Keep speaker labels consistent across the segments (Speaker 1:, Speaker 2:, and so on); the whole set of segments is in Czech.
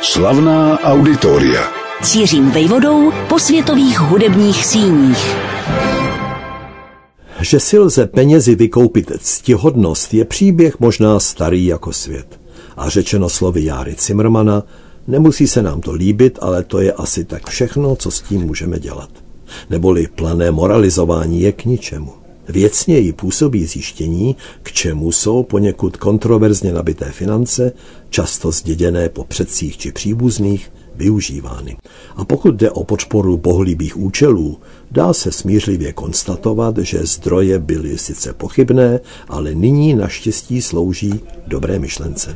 Speaker 1: Slavná auditoria.
Speaker 2: Cířím vejvodou po světových hudebních síních.
Speaker 3: Že si lze penězi vykoupit ctihodnost, je příběh možná starý jako svět. A řečeno slovy Járy Cimrmana, nemusí se nám to líbit, ale to je asi tak všechno, co s tím můžeme dělat. Neboli plané moralizování je k ničemu. Věcněji působí zjištění, k čemu jsou poněkud kontroverzně nabité finance, často zděděné po předcích či příbuzných, využívány. A pokud jde o podporu bohulibých účelů, dá se smířlivě konstatovat, že zdroje byly sice pochybné, ale nyní naštěstí slouží dobré myšlence.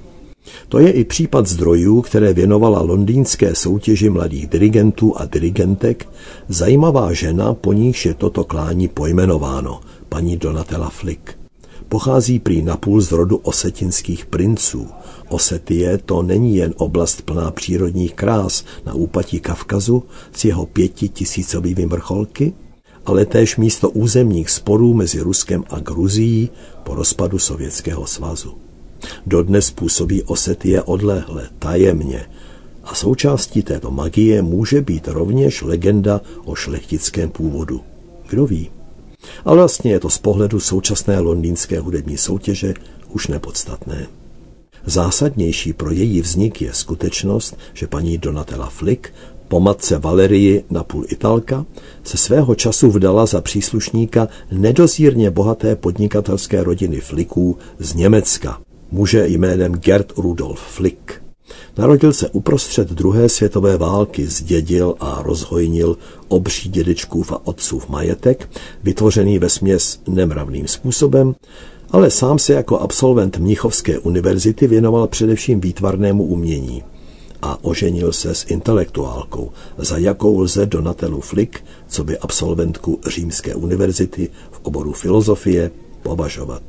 Speaker 3: To je i případ zdrojů, které věnovala londýnské soutěži mladých dirigentů a dirigentek zajímavá žena, po níž je toto klání pojmenováno, paní Donatella Flick. Pochází prý napůl z rodu osetinských princů. Osetie to není jen oblast plná přírodních krás na úpatí Kavkazu s jeho 5000 vrcholky, ale též místo územních sporů mezi Ruskem a Gruzií po rozpadu Sovětského svazu. Dodnes působí Osetie odlehle, tajemně, a součástí této magie může být rovněž legenda o šlechtickém původu. Kdo ví? Ale vlastně je to z pohledu současné londýnské hudební soutěže už nepodstatné. Zásadnější pro její vznik je skutečnost, že paní Donatella Flick, po matce Valerii napůl Italka, se svého času vdala za příslušníka nedozírně bohaté podnikatelské rodiny Flicků z Německa, muže jménem Gerd Rudolf Flick. Narodil se uprostřed druhé světové války, zdědil a rozhojnil obří dědečkův a otcův majetek, vytvořený vesměs nemravným způsobem, ale sám se jako absolvent Mnichovské univerzity věnoval především výtvarnému umění a oženil se s intelektuálkou, za jakou lze Donatellu Flick, coby absolventku Římské univerzity v oboru filozofie, považovat.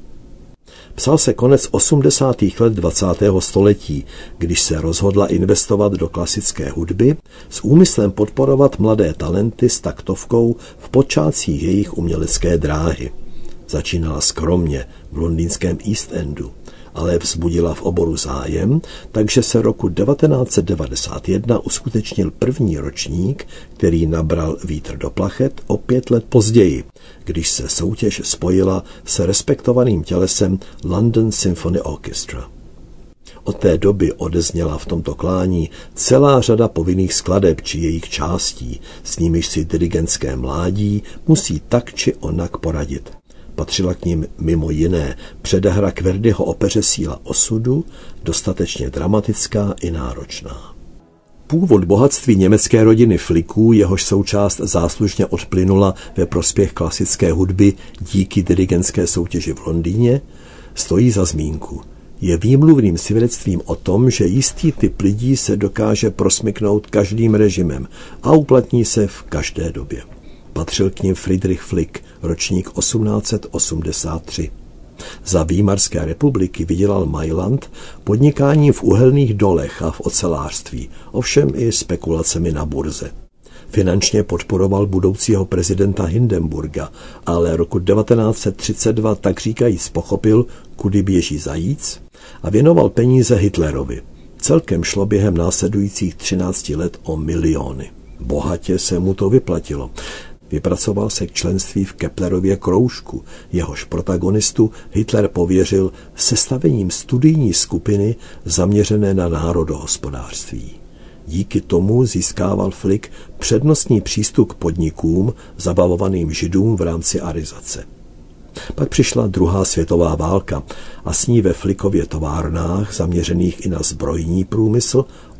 Speaker 3: Psal se konec 80. let 20. století, když se rozhodla investovat do klasické hudby s úmyslem podporovat mladé talenty s taktovkou v počátcích jejich umělecké dráhy. Začínala skromně v londýnském East Endu, ale vzbudila v oboru zájem, takže se roku 1991 uskutečnil první ročník, který nabral vítr do plachet o 5 let později, když se soutěž spojila s respektovaným tělesem London Symphony Orchestra. Od té doby odezněla v tomto klání celá řada povinných skladeb či jejich částí, s nimiž si dirigentské mládí musí tak či onak poradit. Patřila k nim mimo jiné předehra k Verdiho opeře Síla osudu, dostatečně dramatická i náročná. Původ bohatství německé rodiny Flicků, jehož součást záslužně odplynula ve prospěch klasické hudby díky dirigentské soutěži v Londýně, stojí za zmínku. Je výmluvným svědectvím o tom, že jistý typ lidí se dokáže prosmyknout každým režimem a uplatní se v každé době. Patřil k nim Friedrich Flick, ročník 1883. Za Výmarské republiky vydělal Mailand podnikáním v uhelných dolech a v ocelářství, ovšem i spekulacemi na burze. Finančně podporoval budoucího prezidenta Hindenburga, ale roku 1932 tak říkajíc pochopil, kudy běží zajíc, a věnoval peníze Hitlerovi. Celkem šlo během následujících 13 let o miliony. Bohatě se mu to vyplatilo. Vypracoval se k členství v Keplerově kroužku, jehož protagonistu Hitler pověřil sestavením studijní skupiny zaměřené na národohospodářství. Díky tomu získával Flick přednostní přístup k podnikům zabavovaným Židům v rámci arizace. Pak přišla druhá světová válka a s ní ve Flickově továrnách, zaměřených i na zbrojní průmysl,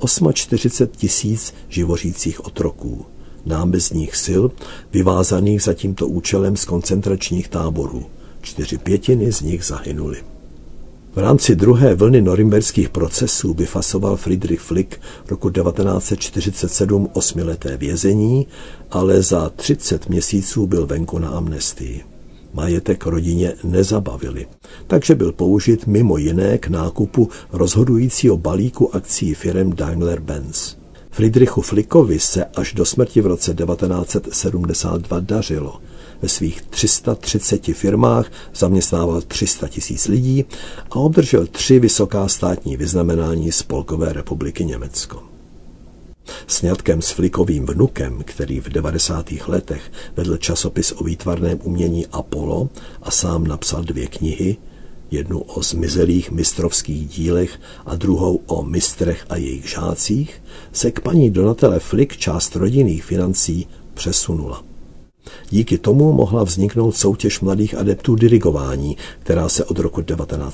Speaker 3: 48 000 živořících otroků, námezních sil, vyvázaných za tímto účelem z koncentračních táborů. 4/5 z nich zahynuli. V rámci druhé vlny norimberských procesů vyfasoval Friedrich Flick roku 1947 8leté vězení, ale za 30 měsíců byl venku na amnestii. Majetek rodině nezabavili, takže byl použit mimo jiné k nákupu rozhodujícího balíku akcií firem Daimler-Benz. Friedrichu Flickovi se až do smrti v roce 1972 dařilo. ve svých 330 firmách zaměstnával 300 000 lidí a obdržel 3 vysoká státní vyznamenání Spolkové republiky Německo. Sňatkem s Flickovým vnukem, který v 90. letech vedl časopis o výtvarném umění Apollo a sám napsal 2 knihy, jednu o zmizelých mistrovských dílech a druhou o mistrech a jejich žácích, se k paní Donatele Flick část rodinných financí přesunula. Díky tomu mohla vzniknout soutěž mladých adeptů dirigování, která se od roku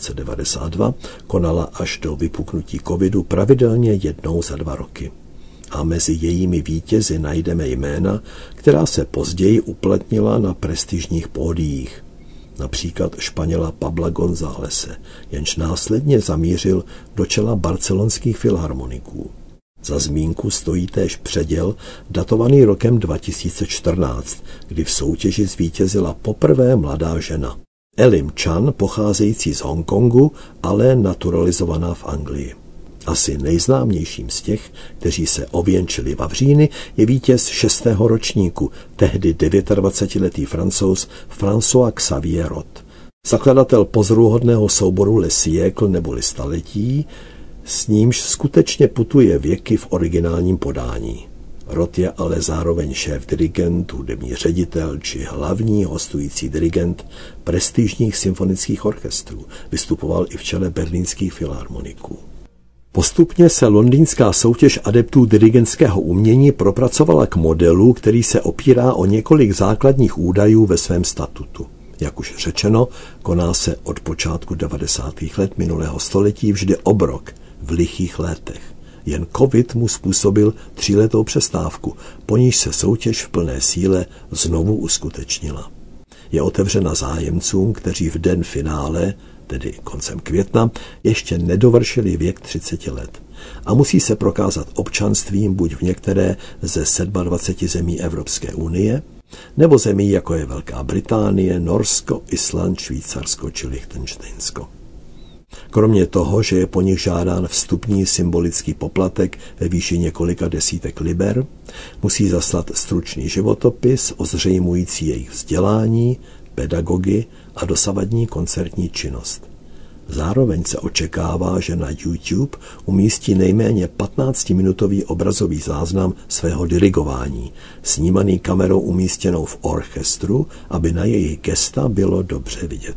Speaker 3: 1992 konala až do vypuknutí covidu pravidelně jednou za 2 roky. A mezi jejími vítězi najdeme jména, která se později uplatnila na prestižních pódiích. Například Španěla Pabla Gonzálese, jenž následně zamířil do čela barcelonských filharmoniků. Za zmínku stojí též předěl datovaný rokem 2014, kdy v soutěži zvítězila poprvé mladá žena. Elim Chan, pocházející z Hongkongu, ale naturalizovaná v Anglii. Asi nejznámějším z těch, kteří se ověnčili Vavříny, je vítěz 6. ročníku, tehdy 29letý Francouz François Xavier Rod. Zakladatel pozoruhodného souboru Le Siècle neboli staletí, s nímž skutečně putuje věky v originálním podání. Rod je ale zároveň šéf-dirigent, hudební ředitel či hlavní hostující dirigent prestižních symfonických orchestrů. Vystupoval i v čele berlínských filharmoniků. Postupně se londýnská soutěž adeptů dirigentského umění propracovala k modelu, který se opírá o několik základních údajů ve svém statutu. Jak už řečeno, koná se od počátku 90. let minulého století vždy obrok v lichých letech. Jen covid mu způsobil 3letou přestávku, po níž se soutěž v plné síle znovu uskutečnila. Je otevřena zájemcům, kteří v den finále, tedy koncem května, ještě nedovršili věk 30 let a musí se prokázat občanstvím buď v některé ze 27 zemí Evropské unie, nebo zemí, jako je Velká Británie, Norsko, Island, Švýcarsko či Lichtenštejnsko. Kromě toho, že je po nich žádán vstupní symbolický poplatek ve výši několika desítek liber, musí zaslat stručný životopis ozřejmující jejich vzdělání, pedagogy a dosavadní koncertní činnost. Zároveň se očekává, že na YouTube umístí nejméně 15-minutový obrazový záznam svého dirigování, snímaný kamerou umístěnou v orchestru, aby na jejich gesta bylo dobře vidět.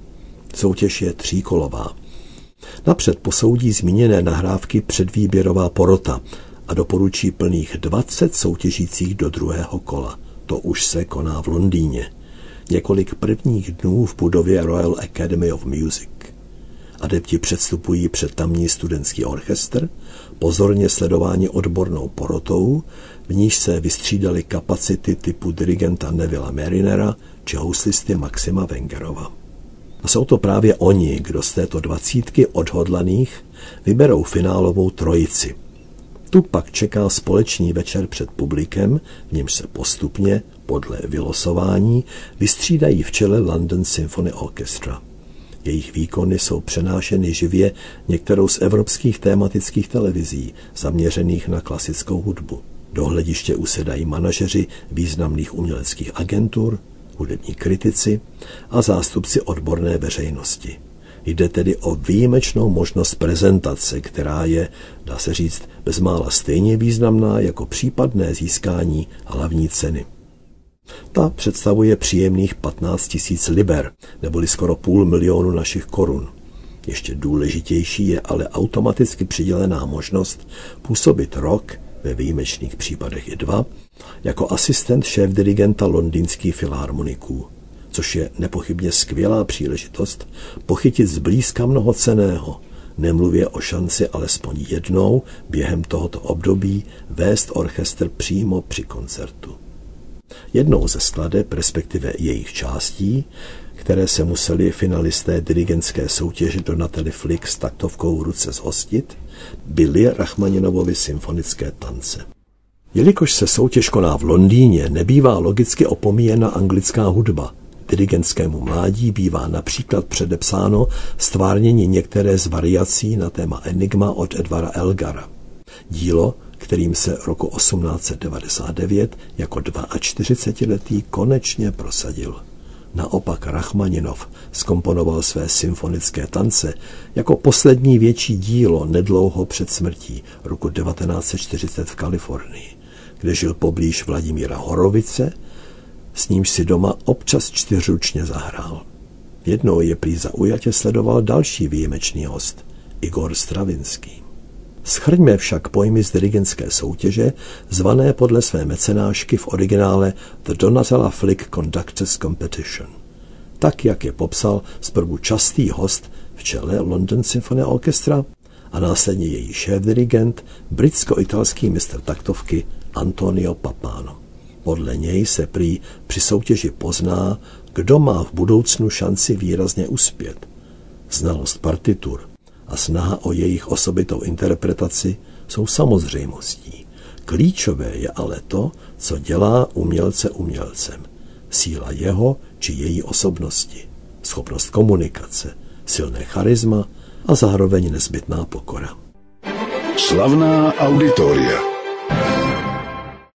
Speaker 3: Soutěž je 3kolová. Napřed posoudí zmíněné nahrávky předvýběrová porota a doporučí plných 20 soutěžících do 2. kola. To už se koná v Londýně. Několik prvních dnů v budově Royal Academy of Music. Adepti předstupují před tamní studentský orchestr, pozorně sledováni odbornou porotou, v níž se vystřídaly kapacity typu dirigenta Nevilla Marinera či houslisty Maxima Wengerova. A jsou to právě oni, kdo z této 20 odhodlaných vyberou finálovou trojici. Tu pak čeká společný večer před publikem, v němž se postupně, podle vylosování, vystřídají v čele London Symphony Orchestra. Jejich výkony jsou přenášeny živě některou z evropských tématických televizí, zaměřených na klasickou hudbu. Do hlediště usedají manažeři významných uměleckých agentur, hudební kritici a zástupci odborné veřejnosti. Jde tedy o výjimečnou možnost prezentace, která je, dá se říct, bezmála stejně významná jako případné získání hlavní ceny. Ta představuje příjemných 15 000 liber, neboli skoro 500 000 našich korun. Ještě důležitější je ale automaticky přidělená možnost působit rok, ve výjimečných případech i 2, jako asistent šéfdirigenta londýnských filharmoniků, což je nepochybně skvělá příležitost pochytit zblízka mnoho cenného, nemluvě o šanci alespoň jednou během tohoto období vést orchestr přímo při koncertu. Jednou ze skladeb, respektive jejich částí, které se museli finalisté dirigentské soutěže Donately Flick s taktovkou v ruce zhostit, byly Rachmaninovovy symfonické tance. Jelikož se soutěž koná v Londýně, nebývá logicky opomíjena anglická hudba. Dirigentskému mládí bývá například předepsáno stvárnění některé z variací na téma Enigma od Edvara Elgara. Dílo, kterým se roku 1899 jako 42letý konečně prosadil. Naopak Rachmaninov zkomponoval své symfonické tance jako poslední větší dílo nedlouho před smrtí roku 1940 v Kalifornii, kde žil poblíž Vladimíra Horovice, s nímž si doma občas čtyřručně zahrál. Jednou je prý zaujatě sledoval další výjimečný host, Igor Stravinský. Shrňme však pojmy z dirigentské soutěže, zvané podle své mecenášky v originále The Donatella Flick Conductors Competition. Tak, jak je popsal zprvu častý host v čele London Symphony Orchestra a následně její šéfdirigent, britsko-italský mistr taktovky Antonio Pappano. Podle něj se prý při soutěži pozná, kdo má v budoucnu šanci výrazně uspět. Znalost partitur a snaha o jejich osobitou interpretaci jsou samozřejmostí. Klíčové je ale to, co dělá umělce umělcem. Síla jeho či její osobnosti, schopnost komunikace, silné charisma a zároveň nezbytná pokora.
Speaker 1: Slavná auditoria.